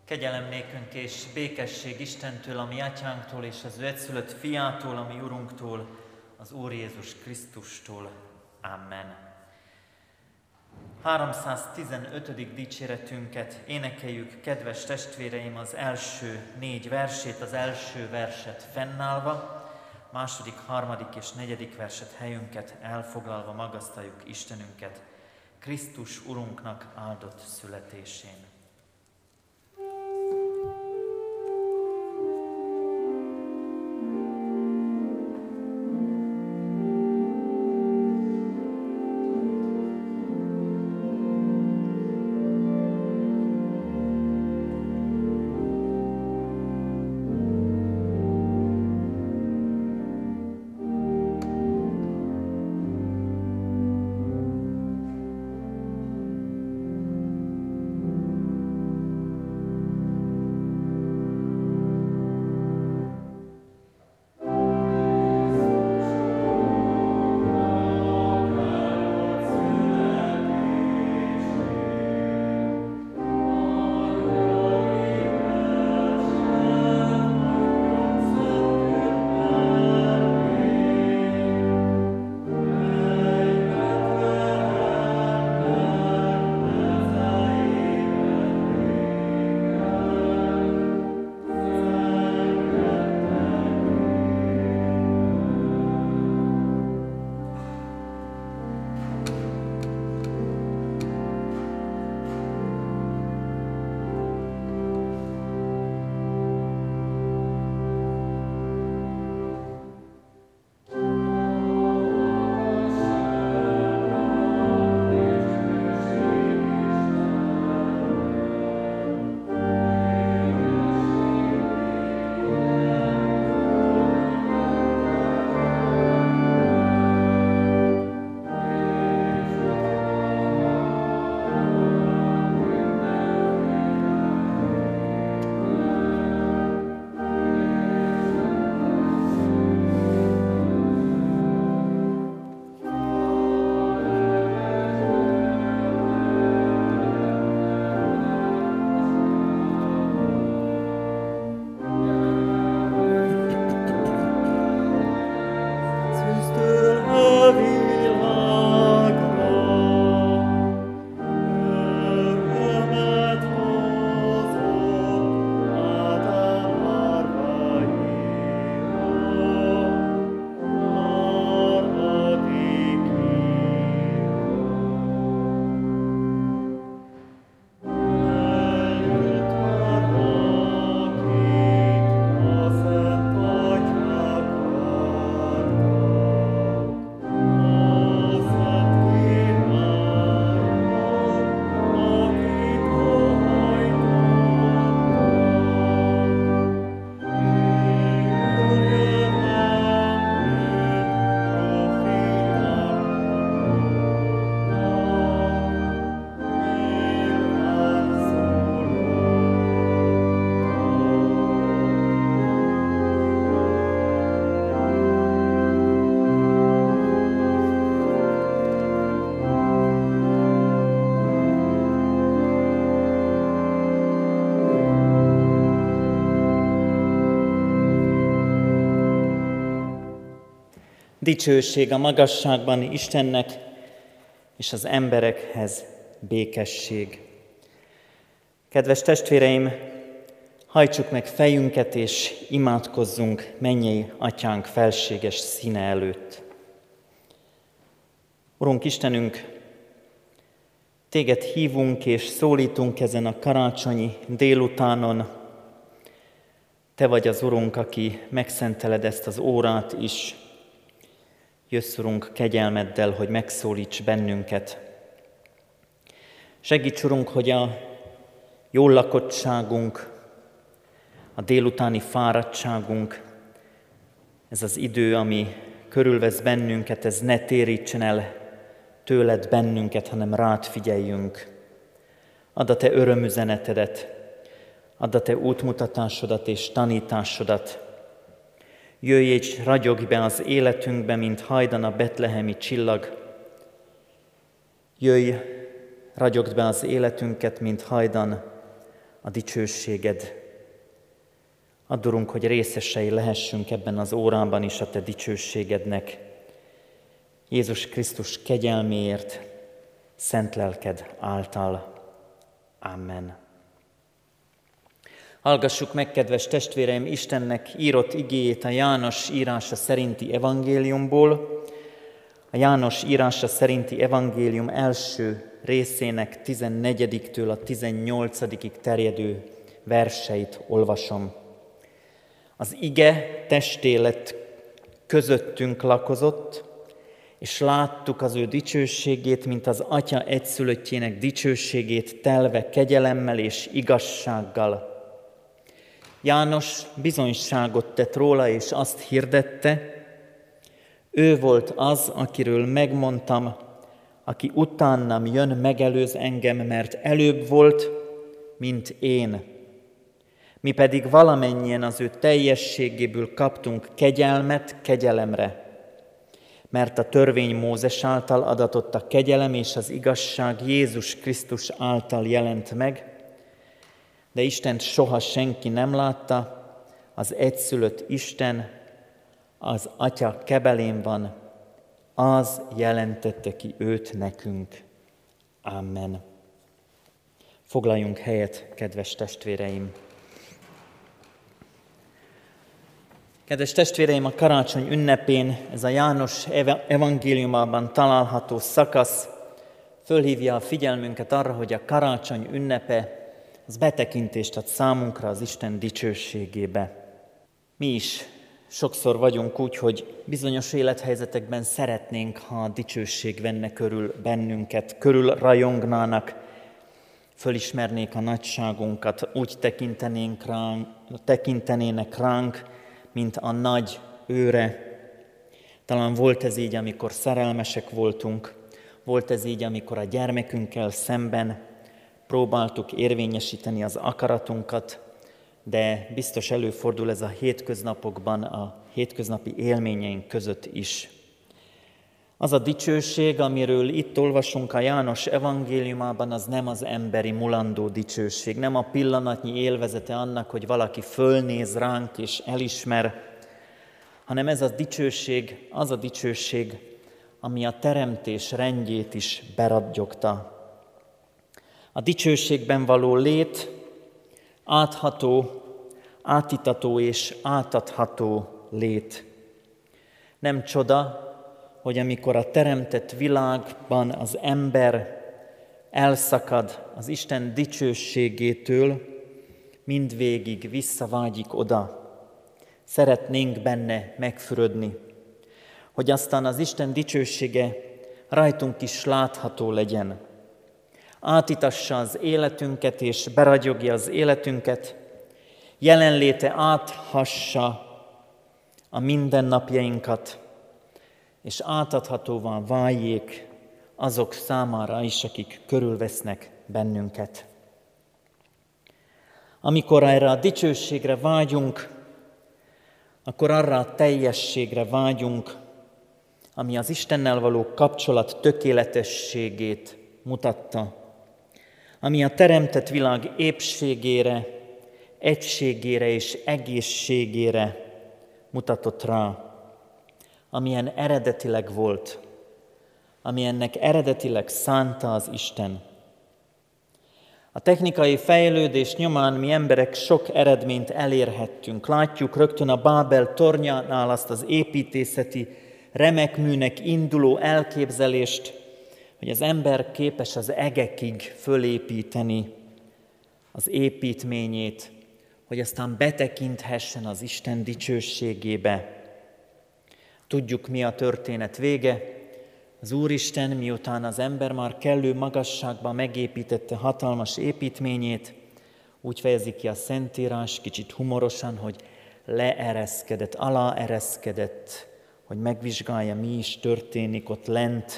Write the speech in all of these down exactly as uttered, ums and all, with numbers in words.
Kegyelem nékünk és békesség Istentől, a mi atyánktól és az ő egyszülött fiától, a mi Urunktól, az Úr Jézus Krisztustól. Amen. háromszáztizenötödik dicséretünket énekeljük, kedves testvéreim, az első négy versét, az első verset fennállva, második, harmadik és negyedik verset helyünket elfoglalva magasztaljuk Istenünket Krisztus Urunknak áldott születésén. Dicsőség a magasságban Istennek, és az emberekhez békesség. Kedves testvéreim, hajtsuk meg fejünket, és imádkozzunk mennyei Atyánk felséges színe előtt. Urunk Istenünk, Téged hívunk és szólítunk ezen a karácsonyi délutánon. Te vagy az Urunk, aki megszenteled ezt az órát is. Jössz, Urunk, kegyelmeddel, hogy megszólíts bennünket. Segíts, Urunk, hogy a jól lakottságunk, a délutáni fáradtságunk, ez az idő, ami körülvesz bennünket, ez ne térítsen el tőled bennünket, hanem rád figyeljünk. Add a te örömüzenetedet, add a te útmutatásodat és tanításodat. Jöjj és ragyogj be az életünkbe, mint hajdan a betlehemi csillag. Jöjj, ragyogd be az életünket, mint hajdan a dicsőséged. Add, Urunk, hogy részesei lehessünk ebben az órában is a Te dicsőségednek. Jézus Krisztus kegyelméért, szent lelked által. Amen. Hallgassuk meg, kedves testvéreim, Istennek írott igéjét a János írása szerinti evangéliumból. A János írása szerinti evangélium első részének tizennegyediktől a tizennyolcadikig terjedő verseit olvasom. Az ige testé lett, közöttünk lakozott, és láttuk az ő dicsőségét, mint az Atya egyszülöttjének dicsőségét, telve kegyelemmel és igazsággal. János bizonyságot tett róla, és azt hirdette, ő volt az, akiről megmondtam, aki utánam jön, megelőz engem, mert előbb volt, mint én. Mi pedig valamennyien az ő teljességéből kaptunk kegyelmet kegyelemre, mert a törvény Mózes által adatott, a kegyelem és az igazság Jézus Krisztus által jelent meg, de Istent soha senki nem látta, az egyszülött Isten, az Atya kebelén van, az jelentette ki őt nekünk. Amen. Foglaljunk helyet, kedves testvéreim! Kedves testvéreim, a karácsony ünnepén ez a János evangéliumában található szakasz fölhívja a figyelmünket arra, hogy a karácsony ünnepe az betekintést ad számunkra az Isten dicsőségébe. Mi is sokszor vagyunk úgy, hogy bizonyos élethelyzetekben szeretnénk, ha a dicsőség venne körül bennünket, körül rajongnának, fölismernék a nagyságunkat, úgy tekintenénk ránk, tekintenének ránk, mint a nagy őre. Talán volt ez így, amikor szerelmesek voltunk, volt ez így, amikor a gyermekünkkel szemben próbáltuk érvényesíteni az akaratunkat, de biztos előfordul ez a hétköznapokban, a hétköznapi élményeink között is. Az a dicsőség, amiről itt olvasunk a János evangéliumában, az nem az emberi mulandó dicsőség, nem a pillanatnyi élvezete annak, hogy valaki fölnéz ránk és elismer, hanem ez a dicsőség, az a dicsőség, ami a teremtés rendjét is beragyogta. A dicsőségben való lét átható, átítató és átadható lét. Nem csoda, hogy amikor a teremtett világban az ember elszakad az Isten dicsőségétől, mindvégig visszavágyik oda. Szeretnénk benne megfürödni, hogy aztán az Isten dicsősége rajtunk is látható legyen. Átitassa az életünket és beragyogja az életünket, jelenléte áthassa a mindennapjainkat, és átadhatóvá váljék azok számára is, akik körülvesznek bennünket. Amikor erre a dicsőségre vágyunk, akkor arra a teljességre vágyunk, ami az Istennel való kapcsolat tökéletességét mutatta, ami a teremtett világ épségére, egységére és egészségére mutatott rá, amilyen eredetileg volt, amilyennek eredetileg szánta az Isten. A technikai fejlődés nyomán mi emberek sok eredményt elérhettünk. Látjuk rögtön a Bábel tornyánál azt az építészeti remekműnek induló elképzelést, hogy az ember képes az egekig fölépíteni az építményét, hogy aztán betekinthessen az Isten dicsőségébe. Tudjuk, mi a történet vége. Az Úristen, miután az ember már kellő magasságban megépítette hatalmas építményét, úgy fejezi ki a Szentírás kicsit humorosan, hogy leereszkedett, aláereszkedett, hogy megvizsgálja, mi is történik ott lent.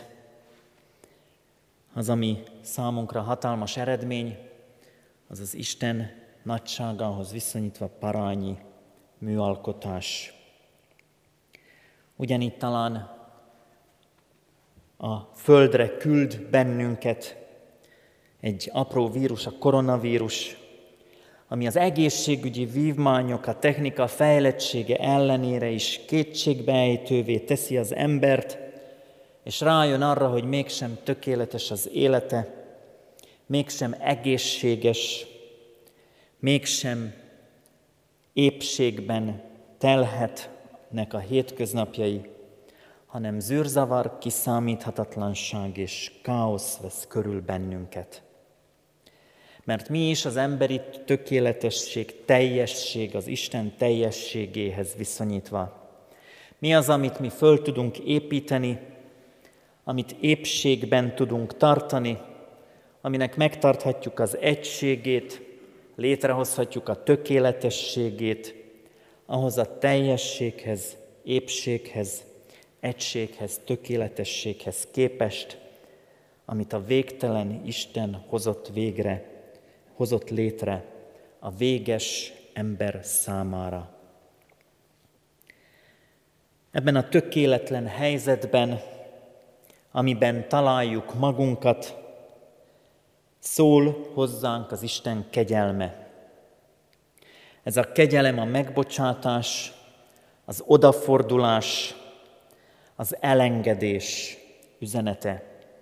Az, ami számunkra hatalmas eredmény, az az Isten nagyságához viszonyítva parányi műalkotás. Ugyanígy talán a földre küld bennünket egy apró vírus, a koronavírus, ami az egészségügyi vívmányok, a technika fejlettsége ellenére is kétségbeejtővé teszi az embert, és rájön arra, hogy mégsem tökéletes az élete, mégsem egészséges, mégsem épségben telhetnek a hétköznapjai, hanem zűrzavar, kiszámíthatatlanság és káosz vesz körül bennünket. Mert mi is az emberi tökéletesség, teljesség, az Isten teljességéhez viszonyítva? Mi az, amit mi föl tudunk építeni, amit épségben tudunk tartani, aminek megtarthatjuk az egységét, létrehozhatjuk a tökéletességét, ahhoz a teljességhez, épséghez, egységhez, tökéletességhez képest, amit a végtelen Isten hozott végre, hozott létre a véges ember számára. Ebben a tökéletlen helyzetben, amiben találjuk magunkat, szól hozzánk az Isten kegyelme. Ez a kegyelem a megbocsátás, az odafordulás, az elengedés üzenete.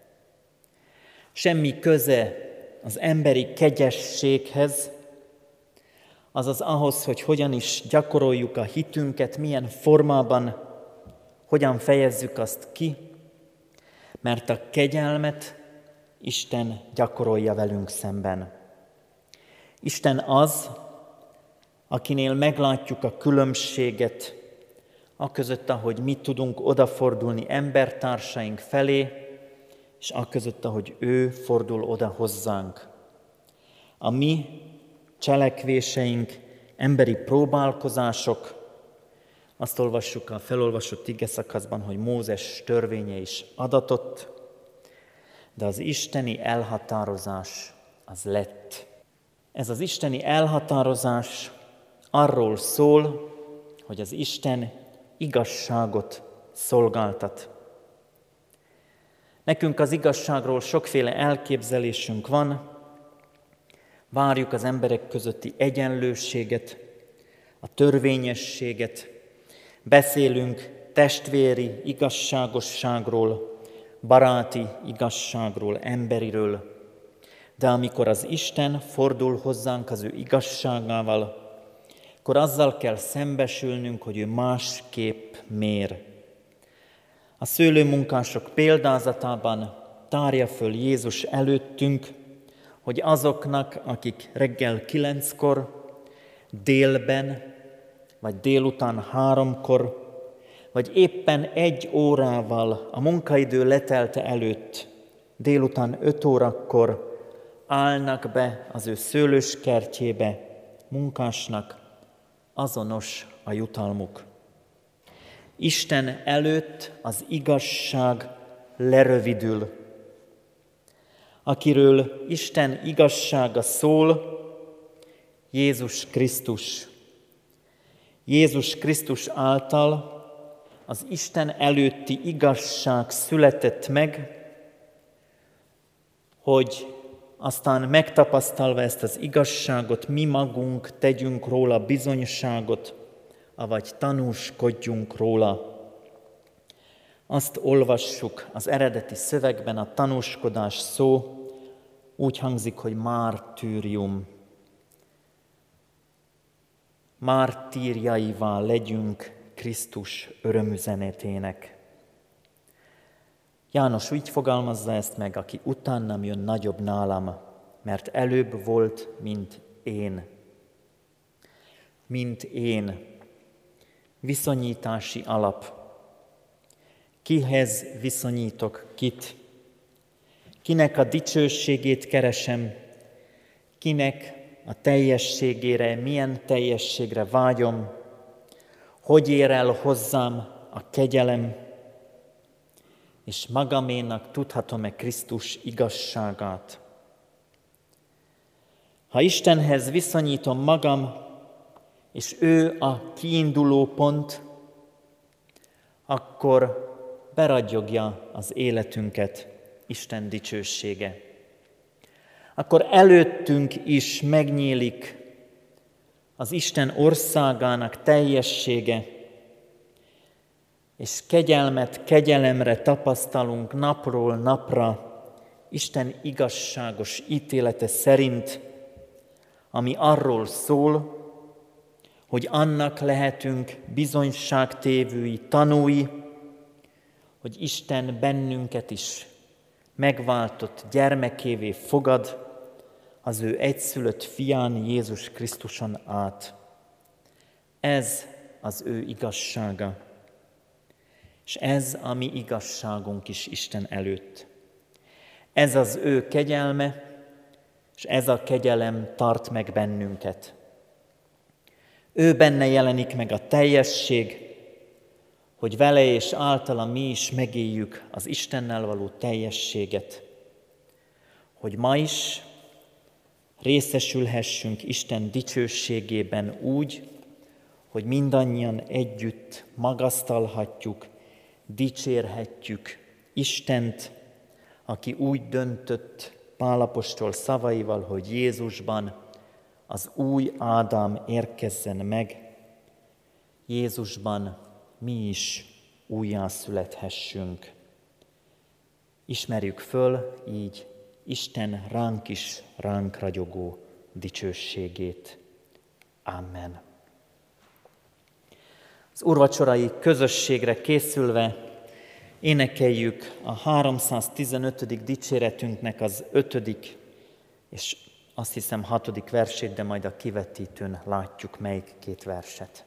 Semmi köze az emberi kegyességhez, azaz ahhoz, hogy hogyan is gyakoroljuk a hitünket, milyen formában, hogyan fejezzük azt ki, mert a kegyelmet Isten gyakorolja velünk szemben. Isten az, akinél meglátjuk a különbséget, aközött, ahogy mi tudunk odafordulni embertársaink felé, és aközött, ahogy ő fordul oda hozzánk. A mi cselekvéseink, emberi próbálkozások, azt olvassuk a felolvasott igeszakaszban, hogy Mózes törvénye is adatott, de az isteni elhatározás az lett. Ez az isteni elhatározás arról szól, hogy az Isten igazságot szolgáltat. Nekünk az igazságról sokféle elképzelésünk van, várjuk az emberek közötti egyenlőséget, a törvényességet, beszélünk testvéri igazságosságról, baráti igazságról, emberiről, de amikor az Isten fordul hozzánk az ő igazságával, akkor azzal kell szembesülnünk, hogy ő másképp mér. A szőlőmunkások példázatában tárja föl Jézus előttünk, hogy azoknak, akik reggel kilenckor, délben, vagy délután háromkor, vagy éppen egy órával a munkaidő letelte előtt, délután öt órakor állnak be az ő szőlőskertjébe, munkásnak azonos a jutalmuk. Isten előtt az igazság lerövidül. Akiről Isten igazsága szól, Jézus Krisztus. Jézus Krisztus által az Isten előtti igazság született meg, hogy aztán megtapasztalva ezt az igazságot, mi magunk tegyünk róla bizonyságot, avagy tanúskodjunk róla. Azt olvassuk az eredeti szövegben, a tanúskodás szó úgy hangzik, hogy mártűrium. Mártírjaivá legyünk Krisztus örömüzenetének. János úgy fogalmazza ezt meg, aki utánam jön, nagyobb nálam, mert előbb volt, mint én. Mint én. Viszonyítási alap. Kihez viszonyítok kit? Kinek a dicsőségét keresem? Kinek a teljességére, milyen teljességre vágyom? Hogy ér el hozzám a kegyelem? És magaménak tudhatom-e Krisztus igazságát? Ha Istenhez viszonyítom magam, és ő a kiinduló pont, akkor beragyogja az életünket Isten dicsősége. Akkor előttünk is megnyílik az Isten országának teljessége, és kegyelmet kegyelemre tapasztalunk napról napra Isten igazságos ítélete szerint, ami arról szól, hogy annak lehetünk bizonyságtévői, tanúi, hogy Isten bennünket is megváltott gyermekévé fogad az ő egyszülött fián, Jézus Krisztuson át. Ez az ő igazsága, és ez a mi igazságunk is Isten előtt. Ez az ő kegyelme, és ez a kegyelem tart meg bennünket. Ő benne jelenik meg a teljesség, hogy vele és általa mi is megéljük az Istennel való teljességet, hogy ma is részesülhessünk Isten dicsőségében úgy, hogy mindannyian együtt magasztalhatjuk, dicsérhetjük Istent, aki úgy döntött Pál apostol szavaival, hogy Jézusban az új Ádám érkezzen meg, Jézusban mi is újjászülethessünk. Ismerjük föl így Isten ránk is ránk ragyogó dicsőségét. Amen. Az úrvacsorai közösségre készülve énekeljük a háromszáztizenötödik dicséretünknek az ötödik és azt hiszem hatodik versét, de majd a kivetítőn látjuk, melyik két verset.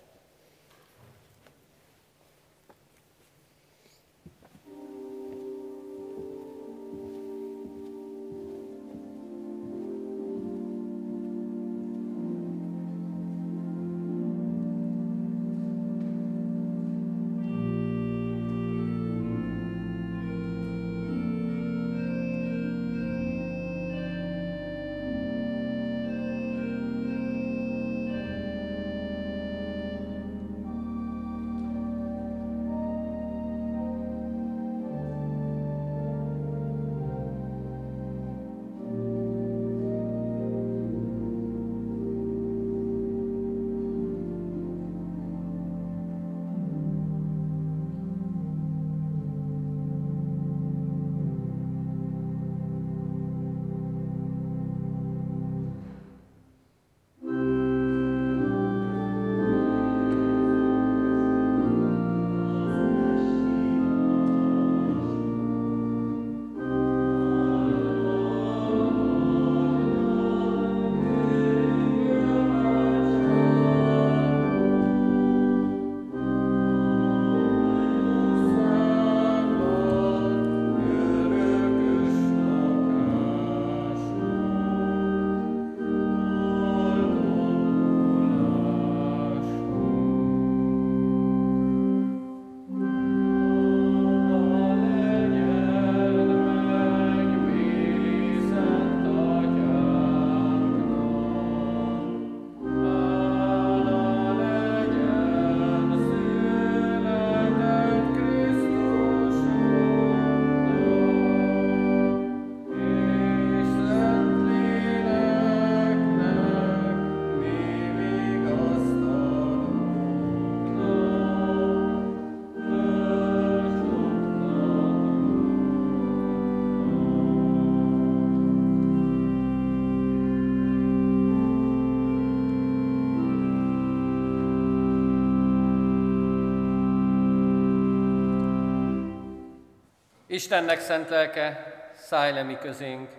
Istennek szent lelke, szállj le mi közénk,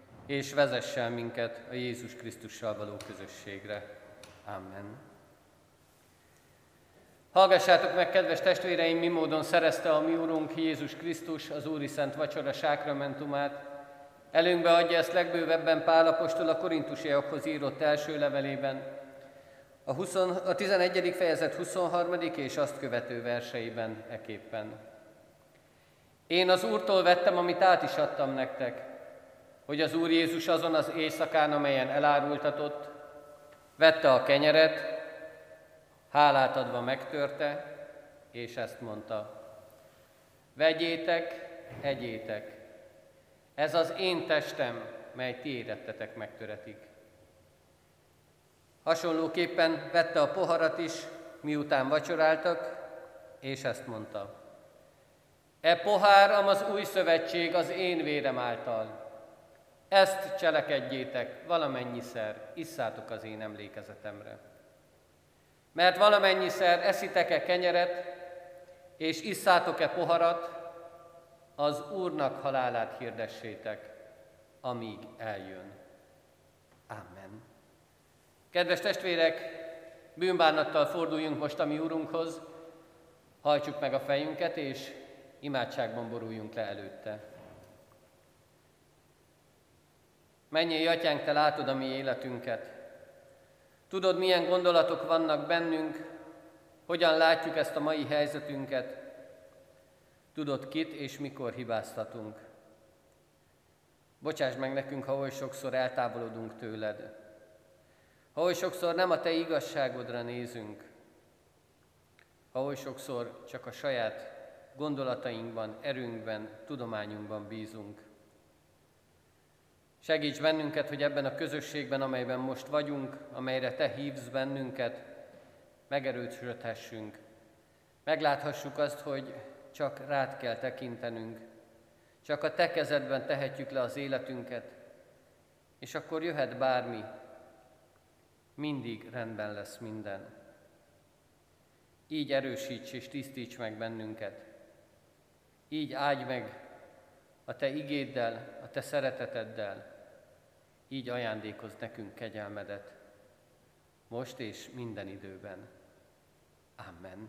és vezessen minket a Jézus Krisztussal való közösségre. Amen. Hallgassátok meg, kedves testvéreim, mi módon szerezte a mi Úrunk Jézus Krisztus az Úri Szent Vacsora sákramentumát. Előnkbe adja ezt legbővebben Pál apostol a korintusiakhoz írott első levelében, a, húsz, a tizenegyedik fejezet huszonharmadik és azt követő verseiben eképpen. Én az Úrtól vettem, amit át is adtam nektek, hogy az Úr Jézus azon az éjszakán, amelyen elárultatott, vette a kenyeret, hálát adva megtörte, és ezt mondta: vegyétek, egyétek, ez az én testem, mely ti érettetek megtöretik. Hasonlóképpen vette a poharat is, miután vacsoráltak, és ezt mondta: E pohár, amaz új szövetség az én vérem által. Ezt cselekedjétek valamennyiszer, isszátok az én emlékezetemre. Mert valamennyiszer eszitek-e kenyeret, és isszátok-e poharat, az Úrnak halálát hirdessétek, amíg eljön. Amen. Kedves testvérek, bűnbánattal forduljunk most a mi Urunkhoz, hajtsuk meg a fejünket, és imádságban boruljunk le előtte. Mennyei Atyánk, Te látod a mi életünket. Tudod, milyen gondolatok vannak bennünk, hogyan látjuk ezt a mai helyzetünket. Tudod, kit és mikor hibáztatunk. Bocsáss meg nekünk, ha oly sokszor eltávolodunk tőled. Ha oly sokszor nem a Te igazságodra nézünk. Ha oly sokszor csak a saját gondolatainkban, erőnkben, tudományunkban bízunk. Segíts bennünket, hogy ebben a közösségben, amelyben most vagyunk, amelyre Te hívsz bennünket, megerősödhessünk. Megláthassuk azt, hogy csak rád kell tekintenünk, csak a Te kezedben tehetjük le az életünket, és akkor jöhet bármi, mindig rendben lesz minden. Így erősíts és tisztíts meg bennünket. Így áldj meg a Te igéddel, a Te szereteteddel. Így ajándékozz nekünk kegyelmedet, most és minden időben. Amen.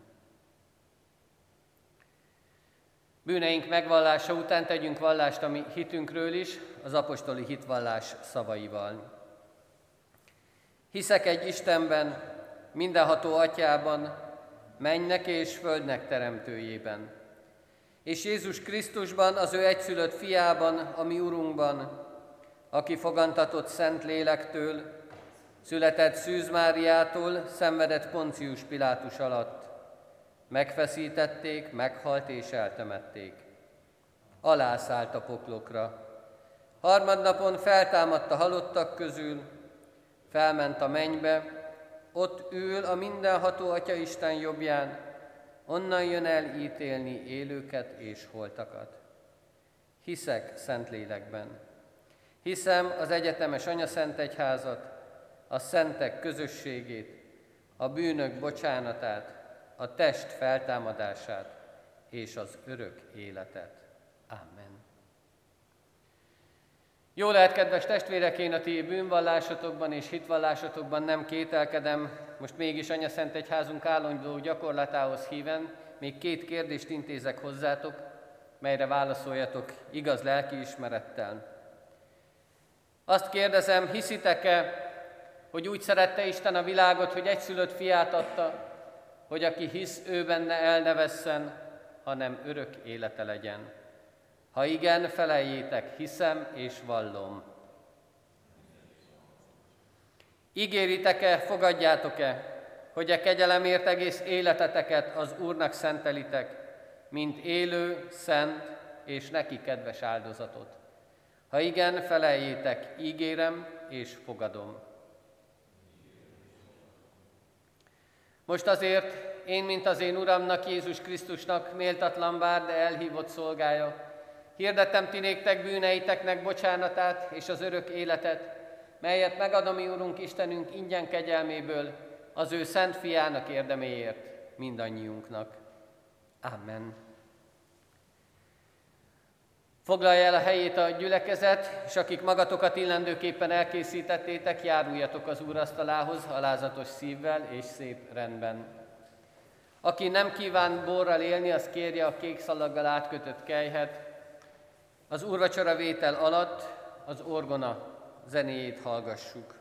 Bűneink megvallása után tegyünk vallást a mi hitünkről is, az apostoli hitvallás szavaival. Hiszek egy Istenben, mindenható Atyában, mennynek és földnek teremtőjében, és Jézus Krisztusban, az ő egyszülött fiában, a mi Urunkban, aki fogantatott Szent Lélektől, született Szűz Máriától, szenvedett Poncius Pilátus alatt. Megfeszítették, meghalt és eltemették. Alászállt a poklokra. Harmadnapon feltámadt a halottak közül, felment a mennybe, ott ül a mindenható Atya Isten jobbján, onnan jön el ítélni élőket és holtakat. Hiszek Szentlélekben. Hiszem az egyetemes anyaszentegyházat, a szentek közösségét, a bűnök bocsánatát, a test feltámadását és az örök életet. Amen. Jó lehet, kedves testvérek, én a ti bűnvallásotokban és hitvallásotokban nem kételkedem, most mégis anyaszentegyházunk állandó gyakorlatához híven, még két kérdést intézek hozzátok, melyre válaszoljatok igaz lelkiismerettel. Azt kérdezem, hiszitek-e, hogy úgy szerette Isten a világot, hogy egyszülött fiát adta, hogy aki hisz, ő benne el ne vesszen, hanem örök élete legyen. Ha igen, feleljétek, hiszem és vallom. Ígéritek-e, fogadjátok-e, hogy a kegyelemért egész életeteket az Úrnak szentelitek, mint élő, szent és neki kedves áldozatot? Ha igen, feleljétek, ígérem és fogadom. Most azért én, mint az én Uramnak, Jézus Krisztusnak méltatlan bár, de elhívott szolgája, hirdettem ti néktek bűneiteknek bocsánatát és az örök életet, melyet megad a mi Urunk Istenünk ingyen kegyelméből, az ő szent fiának érdeméért mindannyiunknak. Amen. Foglalja el a helyét a gyülekezet, és akik magatokat illendőképpen elkészítettétek, járuljatok az úrasztalához alázatos szívvel és szép rendben. Aki nem kíván borral élni, az kérje a kék szalaggal átkötött kelyhet. Az úrvacsora vétel alatt az orgona zenéjét hallgassuk.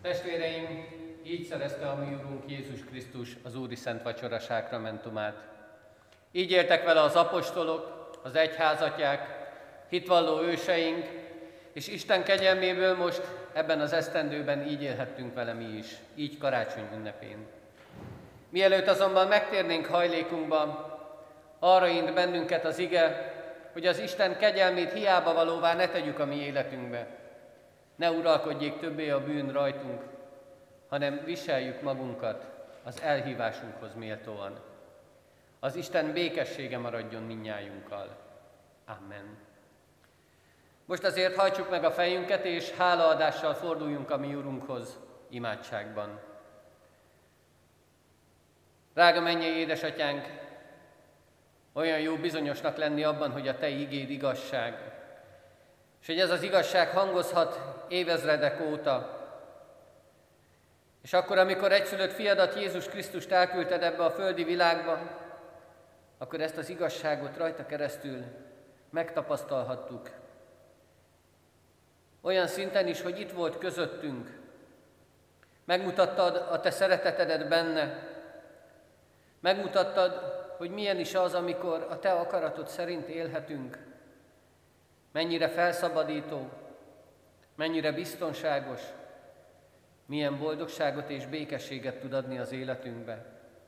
Testvéreim, így szerezte a mi Urunk Jézus Krisztus az Úri Szent Vacsora sákramentumát. Így éltek vele az apostolok, az egyházatják, hitvalló őseink, és Isten kegyelméből most ebben az esztendőben így élhettünk vele mi is, így karácsony ünnepén. Mielőtt azonban megtérnénk hajlékunkba, arra int bennünket az ige, hogy az Isten kegyelmét hiába valóvá ne tegyük a mi életünkbe. Ne uralkodjék többé a bűn rajtunk, hanem viseljük magunkat az elhívásunkhoz méltóan. Az Isten békessége maradjon mindnyájunkkal. Amen. Most azért hajtsuk meg a fejünket, és hálaadással forduljunk a mi Urunkhoz imádságban. Drága mennyei édesatyánk, olyan jó bizonyosnak lenni abban, hogy a Te igéd igazság, és hogy ez az igazság hangozhat évezredek óta. És akkor, amikor egyszülött fiadat, Jézus Krisztust elküldted ebbe a földi világba, akkor ezt az igazságot rajta keresztül megtapasztalhattuk. Olyan szinten is, hogy itt volt közöttünk. Megmutattad a Te szeretetedet benne. Megmutattad, hogy milyen is az, amikor a Te akaratod szerint élhetünk. Mennyire felszabadító, mennyire biztonságos, milyen boldogságot és békességet tud adni az életünkbe.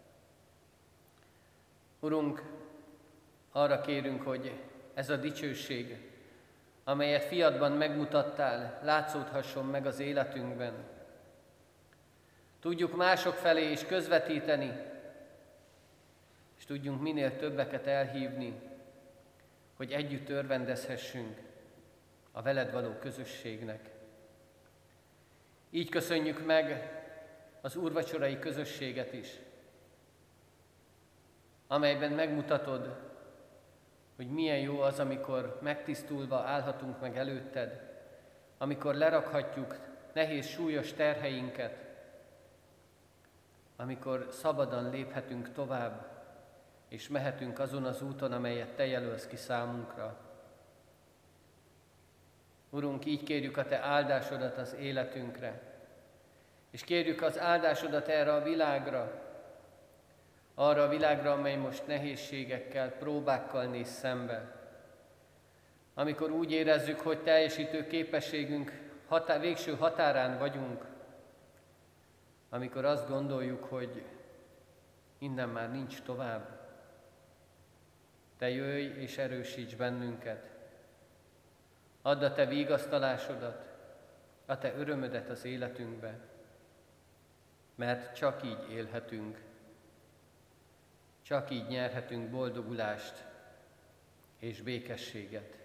Urunk, arra kérünk, hogy ez a dicsőség, amelyet fiadban megmutattál, látszódhasson meg az életünkben. Tudjuk mások felé is közvetíteni, és tudjunk minél többeket elhívni, hogy együtt örvendezhessünk a veled való közösségnek. Így köszönjük meg az úrvacsorai közösséget is, amelyben megmutatod, hogy milyen jó az, amikor megtisztulva állhatunk meg előtted, amikor lerakhatjuk nehéz, súlyos terheinket, amikor szabadon léphetünk tovább, és mehetünk azon az úton, amelyet Te jelölsz ki számunkra. Urunk, így kérjük a Te áldásodat az életünkre, és kérjük az áldásodat erre a világra, arra a világra, amely most nehézségekkel, próbákkal néz szembe. Amikor úgy érezzük, hogy teljesítő képességünk határ, végső határán vagyunk, amikor azt gondoljuk, hogy innen már nincs tovább, Te jöjj és erősíts bennünket. Add a Te vigasztalásodat, a Te örömödet az életünkbe, mert csak így élhetünk, csak így nyerhetünk boldogulást és békességet.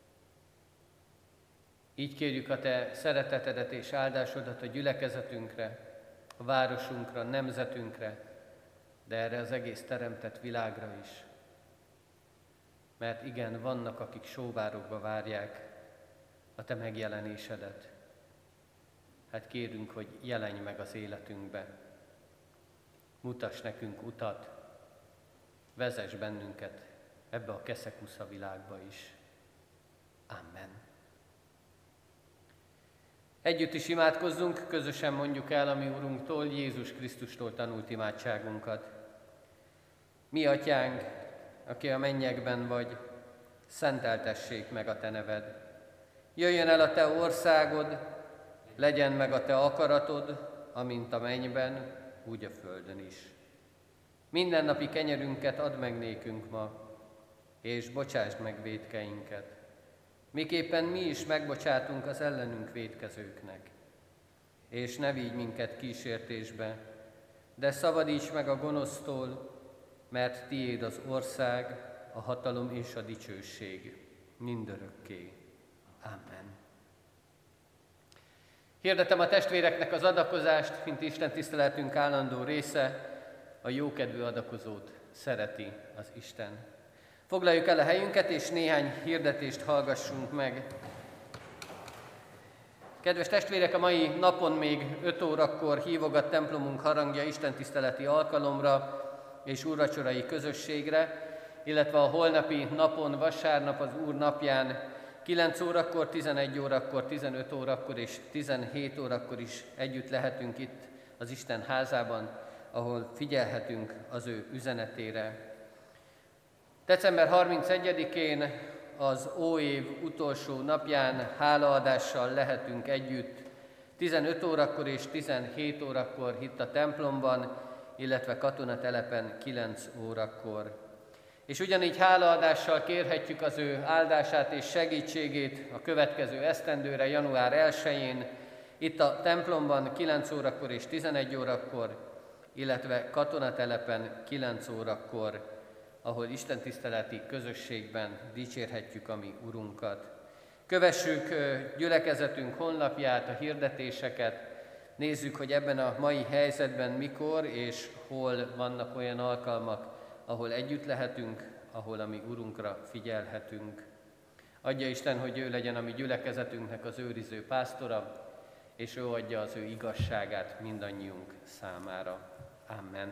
Így kérjük a Te szeretetedet és áldásodat a gyülekezetünkre, a városunkra, a nemzetünkre, de erre az egész teremtett világra is. Mert igen, vannak, akik sóvárokba várják a Te megjelenésedet. Hát kérünk, hogy jelenj meg az életünkbe. Mutass nekünk utat, vezess bennünket ebbe a keszekusza világba is. Amen. Együtt is imádkozzunk, közösen mondjuk el a mi Urunktól, Jézus Krisztustól tanult imádságunkat. Mi Atyánk, aki a mennyekben vagy, szenteltessék meg a Te neved. Jöjjön el a Te országod, legyen meg a Te akaratod, amint a mennyben, úgy a földön is. Mindennapi kenyerünket add meg nékünk ma, és bocsásd meg vétkeinket, miképpen mi is megbocsátunk az ellenünk vétkezőknek. És ne vigy minket kísértésbe, de szabadíts meg a gonosztól, mert tiéd az ország, a hatalom és a dicsőség mindörökké. Amen. Hirdetem a testvéreknek az adakozást, mint Isten tiszteletünk állandó része, a jókedvű adakozót szereti az Isten. Foglaljuk el a helyünket, és néhány hirdetést hallgassunk meg. Kedves testvérek, a mai napon még öt órakor hívogat templomunk harangja istentiszteleti alkalomra és úrvacsorai közösségre, illetve a holnapi napon, vasárnap az Úr napján kilenc órakor, tizenegy órakor, tizenöt órakor és tizenhét órakor is együtt lehetünk itt az Isten házában, ahol figyelhetünk az ő üzenetére. december harmincegyedikén az óév utolsó napján hálaadással lehetünk együtt, tizenöt órakor és tizenhét órakor itt a templomban, illetve katonatelepen kilenc órakor. És ugyanígy hálaadással kérhetjük az ő áldását és segítségét a következő esztendőre, január elsején, itt a templomban kilenc órakor és tizenegy órakor, illetve katonatelepen kilenc órakor, ahol istentiszteleti közösségben dicsérhetjük a mi Urunkat. Kövessük gyülekezetünk honlapját, a hirdetéseket, nézzük, hogy ebben a mai helyzetben mikor és hol vannak olyan alkalmak, ahol együtt lehetünk, ahol a mi Urunkra figyelhetünk. Adja Isten, hogy ő legyen a mi gyülekezetünknek az őriző pásztora, és ő adja az ő igazságát mindannyiunk számára. Amen.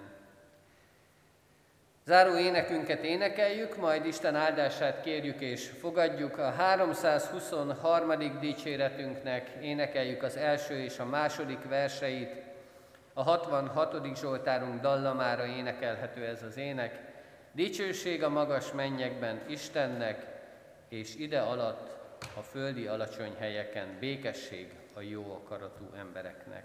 Záró énekünket énekeljük, majd Isten áldását kérjük és fogadjuk. A háromszázhuszonharmadik dicséretünknek énekeljük az első és a második verseit. A hatvanhatodik Zsoltárunk dallamára énekelhető ez az ének. Dicsőség a magas mennyekben Istennek, és ide alatt a földi alacsony helyeken békesség a jó akaratú embereknek.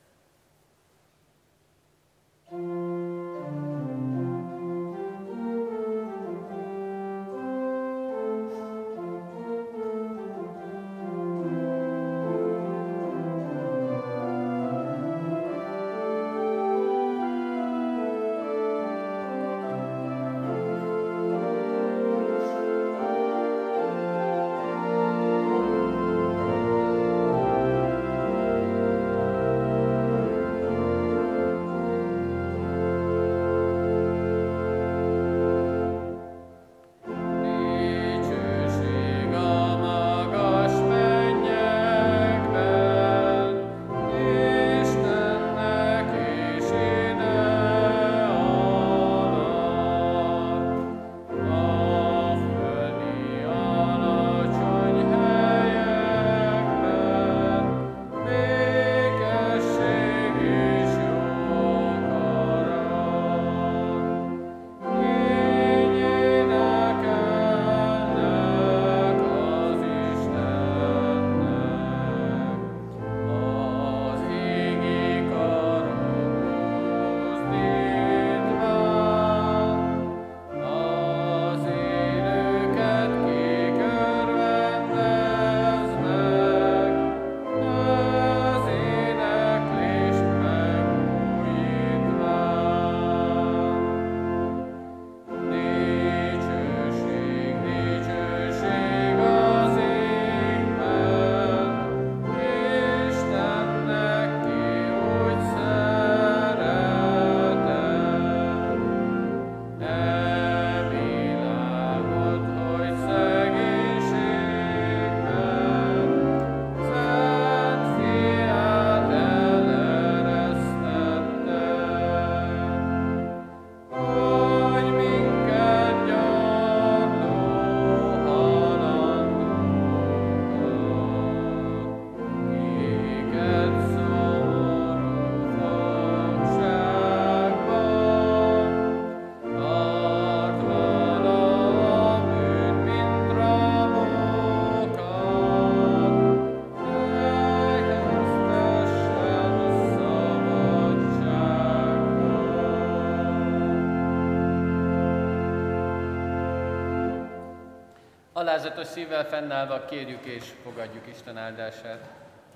Alázatos szívvel fennállva kérjük és fogadjuk Isten áldását.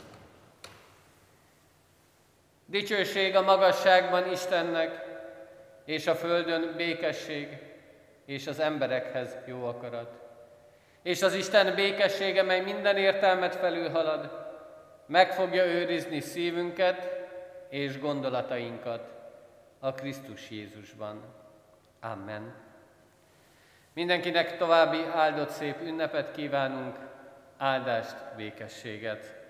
Dicsőség a magasságban Istennek, és a földön békesség, és az emberekhez jó akarat. És az Isten békessége, mely minden értelmet felülhalad, meg fogja őrizni szívünket és gondolatainkat a Krisztus Jézusban. Amen. Mindenkinek további áldott szép ünnepet kívánunk, áldást, békességet.